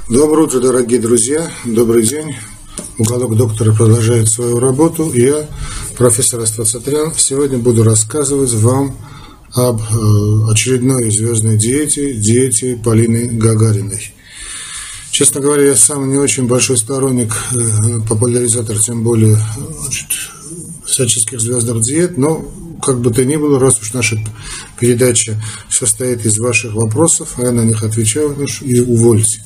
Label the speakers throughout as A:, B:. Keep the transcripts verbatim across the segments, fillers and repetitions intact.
A: Доброе утро, дорогие друзья, добрый день. Уголок доктора продолжает свою работу. Я, профессор Аствацатрян, сегодня буду рассказывать вам об очередной звездной диете, диете Полины Гагариной. Честно говоря, я сам не очень большой сторонник, популяризатор, тем более значит, всяческих звездных диет, но как бы то ни было, раз уж наша передача состоит из ваших вопросов, а я на них отвечаю, и увольте.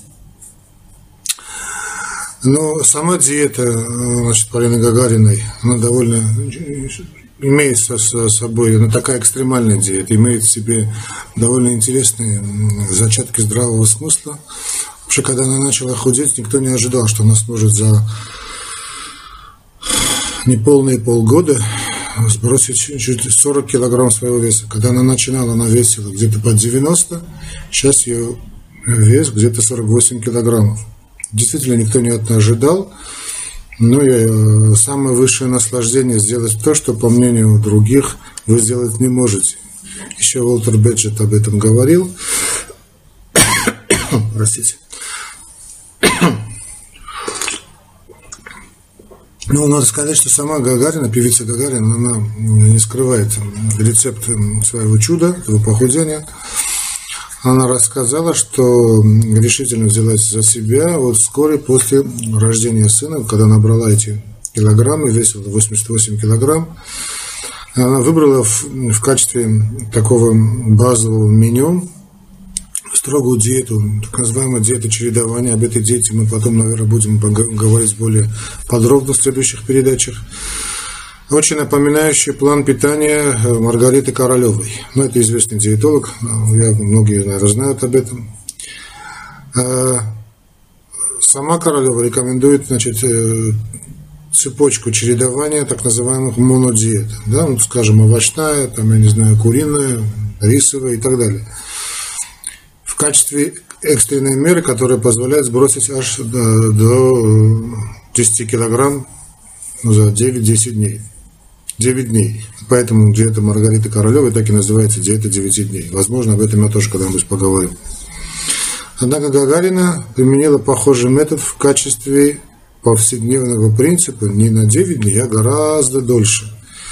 A: Но сама диета, значит, Полины Гагариной, она довольно имеет со собой, она такая экстремальная диета, имеет в себе довольно интересные зачатки здравого смысла. Вообще, когда она начала худеть, никто не ожидал, что она сможет за неполные полгода сбросить чуть сорок килограмм своего веса. Когда она начинала, она весила где-то под девяносто, сейчас ее вес где-то сорок восемь килограммов. Действительно, никто не это ожидал, но и самое высшее наслаждение сделать то, что, по мнению других, вы сделать не можете. Еще Уолтер Беджет об этом говорил. Простите. Ну, надо сказать, что сама Гагарина, певица Гагарина, она не скрывает рецепт своего чуда, этого похудения. Она рассказала, что решительно взялась за себя вот вскоре после рождения сына, когда набрала эти килограммы, весила восемьдесят восемь килограмм. Она выбрала в, в качестве такого базового меню строгую диету, так называемую диету чередования. Об этой диете мы потом, наверное, будем говорить более подробно в следующих передачах. Очень напоминающий план питания Маргариты Королевой. Ну, это известный диетолог, я, многие, наверное, знают об этом. Сама Королева рекомендует, значит, цепочку чередования так называемых монодиет. Да? Ну, скажем, овощная, там, я не знаю, куриная, рисовая и так далее. В качестве экстренной меры, которая позволяет сбросить аж до, до десяти килограмм за девять-десять дней. девять дней. Поэтому диета Маргариты Королевой так и называется диета девяти дней. Возможно, об этом я тоже когда-нибудь поговорю. Однако Гагарина применила похожий метод в качестве повседневного принципа не на девять дней, а гораздо дольше.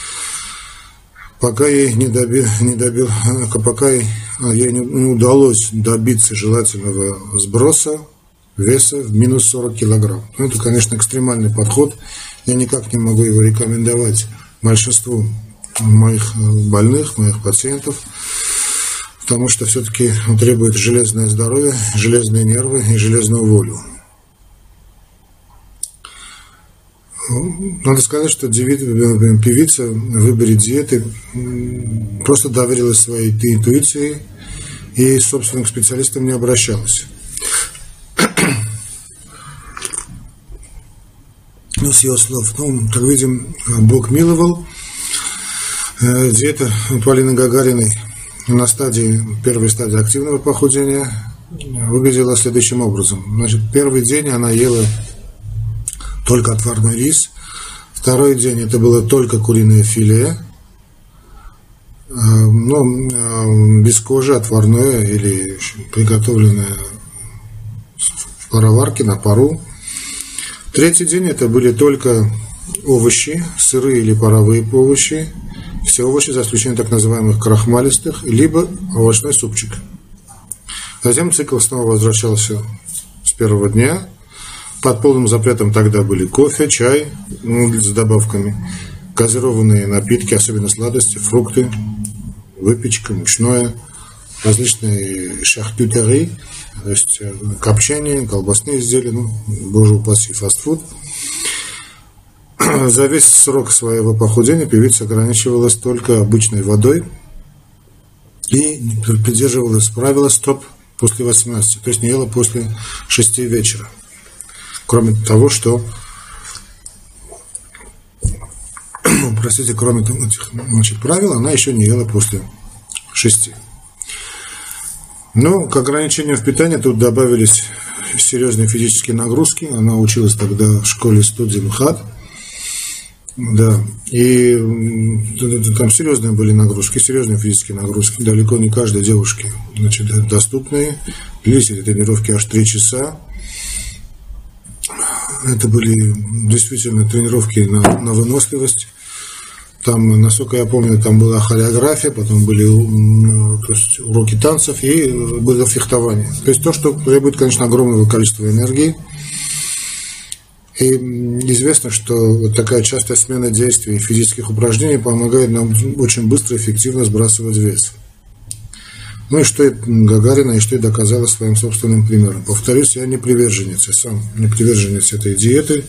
A: Пока ей не добил, не добил, пока ей, ей не удалось добиться желательного сброса веса в минус сорок килограмм. Ну, это, конечно, экстремальный подход. Я никак не могу его рекомендовать большинству моих больных, моих пациентов, потому что все-таки он требует железное здоровье, железные нервы и железную волю. Надо сказать, что певица в выборе диеты просто доверилась своей интуиции и, собственно, к специалистам не обращалась. Ну, с ее слов. Ну, как видим, Бог миловал. Диета Полины Гагариной на стадии, первой стадии активного похудения выглядела следующим образом. Значит, первый день она ела только отварной рис. Второй день это было только куриное филе. Ну, без кожи, отварное или приготовленное в пароварке на пару. Третий день это были только овощи, сырые или паровые овощи, все овощи, за исключением так называемых крахмалистых, либо овощной супчик. Затем цикл снова возвращался с первого дня. Под полным запретом тогда были кофе, чай, ну, с добавками, газированные напитки, особенно сладости, фрукты, выпечка, мучное, различные шахтютери, то есть копчение, колбасные изделия, ну, боже упаси, фастфуд. За весь срок своего похудения певица ограничивалась только обычной водой и придерживалась правила стоп после восемнадцати, то есть не ела после шести вечера. Кроме того, что, простите, кроме этих, значит, правил, она еще не ела после шести. Но к ограничению в питании тут добавились серьезные физические нагрузки. Она училась тогда в школе-студии МХАТ. Да, и там серьезные были нагрузки, серьезные физические нагрузки. Далеко не каждой девушке, значит, доступные. Длились эти тренировки аж три часа. Это были действительно тренировки на, на выносливость. Там, насколько я помню, там была хореография, потом были то есть, уроки танцев и было фехтование. То есть то, что требует, конечно, огромного количества энергии. И известно, что вот такая частая смена действий и физических упражнений помогает нам очень быстро и эффективно сбрасывать вес. Ну и что и Гагарина, и что и доказала своим собственным примером. Повторюсь, я не приверженец, я сам не приверженец этой диеты.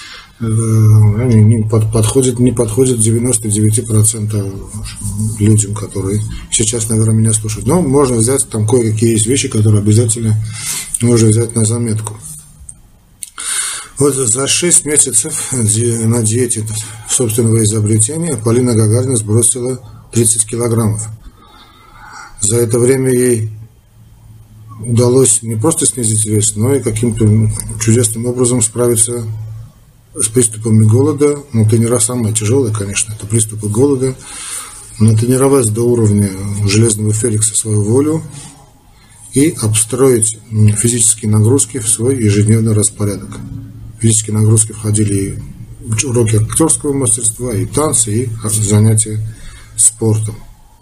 A: Не подходит, не подходит девяносто девять процентов людям, которые сейчас, наверное, меня слушают. Но можно взять, там кое-какие есть вещи, которые обязательно нужно взять на заметку. Вот за шесть месяцев на диете собственного изобретения Полина Гагарина сбросила тридцать килограммов. За это время ей удалось не просто снизить вес, но и каким-то чудесным образом справиться с приступами голода. Ну, тренера самое тяжелое, конечно, это приступы голода. Натренировать до уровня железного Феликса свою волю и обстроить физические нагрузки в свой ежедневный распорядок. Физические нагрузки входили и уроки актерского мастерства, и танцы, и занятия спортом.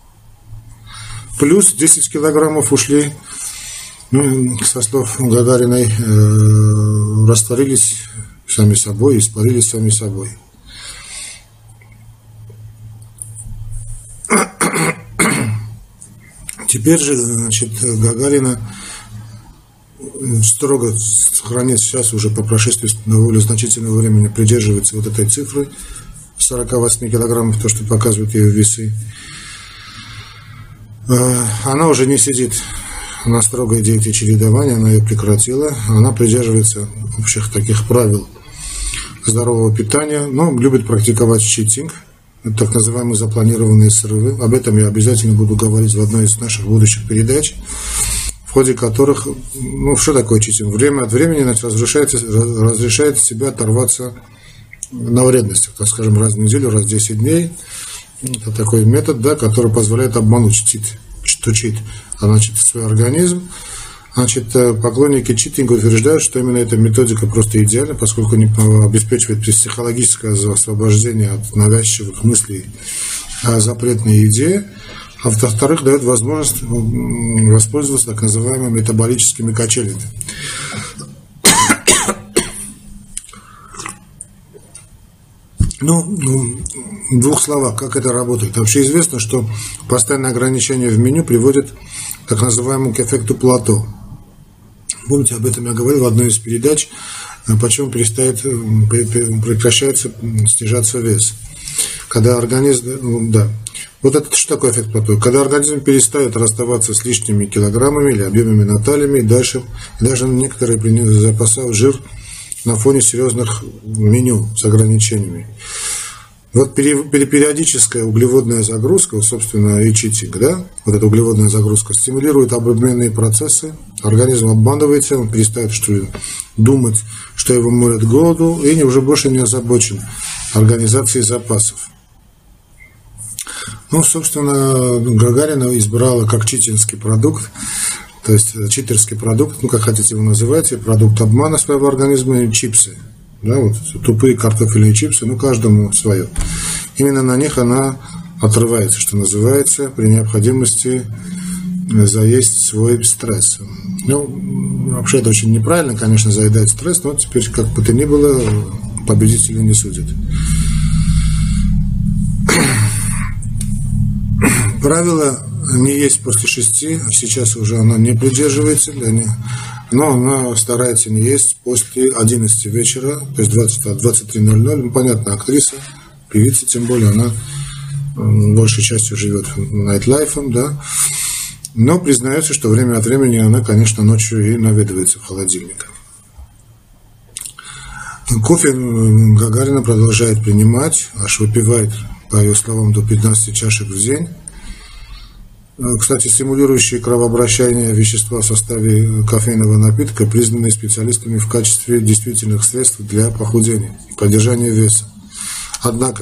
A: Плюс десять килограммов ушли, ну, со слов Гагариной, э, растворились сами собой, испарились сами собой. Теперь же, значит, Гагарина строго сохранит сейчас уже по прошествии довольно значительного времени, придерживается вот этой цифры сорок восемь килограммов, то, что показывают ее весы. Она уже не сидит на строгой диете чередования, она ее прекратила. Она придерживается общих таких правил здорового питания, но любит практиковать читинг, так называемые запланированные срывы. Об этом я обязательно буду говорить в одной из наших будущих передач, в ходе которых, ну, что такое читинг? Время от времени, значит, разрешает, разрешает себя оторваться на вредностях, так скажем, раз в неделю, раз в десять дней. Это такой метод, да, который позволяет обмануть чит, что чит, а значит, свой организм. Значит, поклонники читинга утверждают, что именно эта методика просто идеальна, поскольку не обеспечивает психологическое освобождение от навязчивых мыслей о запретной еде, а во-вторых, дает возможность воспользоваться так называемыми метаболическими качелями. Ну, в двух словах, как это работает. Вообще известно, что постоянное ограничение в меню приводит к так называемому к эффекту плато. Помните, об этом я говорил в одной из передач, почему перестает, прекращается снижаться вес. Когда организм, да, вот это что такое эффект плато? Когда организм перестает расставаться с лишними килограммами или объемами на талиями, и дальше, даже некоторые запасают жир на фоне серьезных меню с ограничениями. Вот периодическая углеводная загрузка, собственно, и читинг, да, вот эта углеводная загрузка стимулирует обменные процессы, организм обманывается, он перестает что думать, что его морят голоду, и уже больше не озабочен организацией запасов. Ну, собственно, Гагарина избрала как читинский продукт, то есть читерский продукт, ну, как хотите его называйте, продукт обмана своего организма, чипсы. Да, вот тупые картофельные чипсы, ну, каждому свое. Именно на них она отрывается, что называется, при необходимости заесть свой стресс. Ну, вообще это очень неправильно, конечно, заедать стресс, но теперь, как бы то ни было, победители не судят. Правило не есть после шести, сейчас уже она не придерживается, для нее, но она старается не есть после одиннадцати вечера, то есть двадцать три ноль ноль. Ну, понятно, актриса, певица, тем более, она большей частью живет найтлайфом, да, но признается, что время от времени она, конечно, ночью и наведывается в холодильник. Кофе Гагарина продолжает принимать, аж выпивает, по ее словам, до пятнадцати чашек в день. Кстати, стимулирующие кровообращение вещества в составе кофейного напитка признаны специалистами в качестве действительных средств для похудения и поддержания веса. Однако,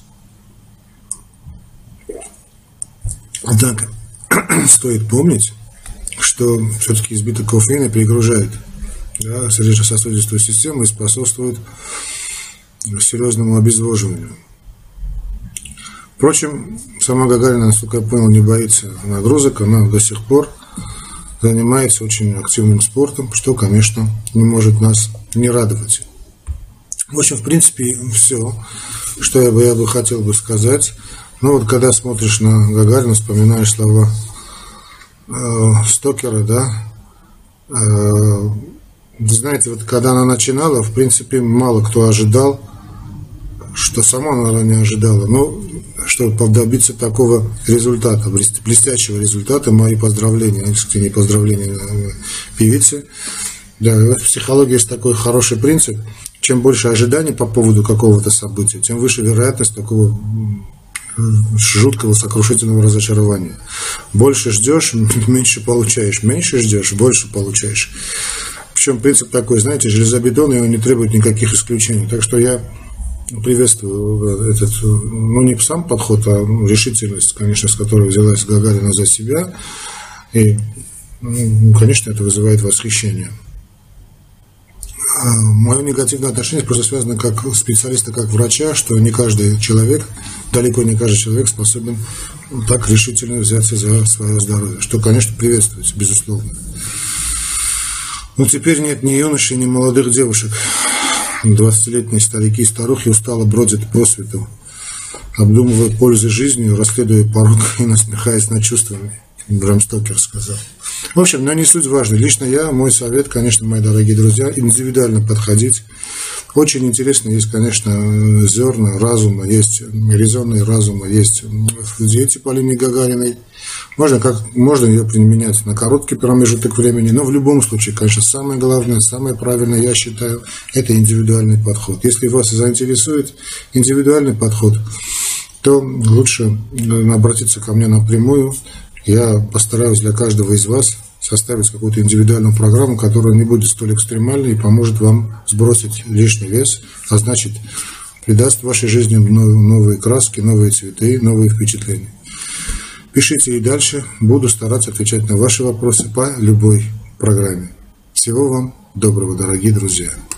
A: однако стоит помнить, что все-таки избыток кофеина перегружает да, сердечно-сосудистую систему и способствует серьезному обезвоживанию. Впрочем, сама Гагарина, насколько я понял, не боится нагрузок, она до сих пор занимается очень активным спортом, что, конечно, не может нас не радовать. В общем, в принципе, все, что я бы, я бы хотел бы сказать. Ну вот, когда смотришь на Гагарину, вспоминаешь слова э, Стокера, да, э, знаете, вот когда она начинала, в принципе, мало кто ожидал, что сама она не ожидала, но чтобы добиться такого результата, блестящего результата, мои поздравления, искренние поздравления певице. Да, в психологии есть такой хороший принцип: чем больше ожиданий по поводу какого-то события, тем выше вероятность такого жуткого сокрушительного разочарования. Больше ждешь, меньше получаешь, меньше ждешь, больше получаешь. Причем принцип такой, знаете, железобетонный, он не требует никаких исключений. Так что я приветствую этот, ну не сам подход, а решительность, конечно, с которой взялась Гагарина за себя. И, ну, конечно, это вызывает восхищение. Мое негативное отношение просто связано как специалиста, как врача, что не каждый человек, далеко не каждый человек способен так решительно взяться за свое здоровье, что, конечно, приветствуется, безусловно. Но теперь нет ни юношей, ни молодых девушек. Двадцатилетние старики и старухи устало бродят по свету, обдумывая пользы жизни, расследуя порог и насмехаясь над чувствами. Брам Стокер сказал. В общем, но не суть важно. Лично я, мой совет, конечно, мои дорогие друзья, индивидуально подходить. Очень интересно, есть, конечно, зерна разума, есть резонные разума, есть в диете Полины Гагариной. Можно, как, можно ее применять на короткий промежуток времени, но в любом случае, конечно, самое главное, самое правильное, я считаю, это индивидуальный подход. Если вас заинтересует индивидуальный подход, то лучше обратиться ко мне напрямую. Я постараюсь для каждого из вас составить какую-то индивидуальную программу, которая не будет столь экстремальной и поможет вам сбросить лишний вес, а значит, придаст вашей жизни новые краски, новые цветы, новые впечатления. Пишите и дальше. Буду стараться отвечать на ваши вопросы по любой программе. Всего вам доброго, дорогие друзья.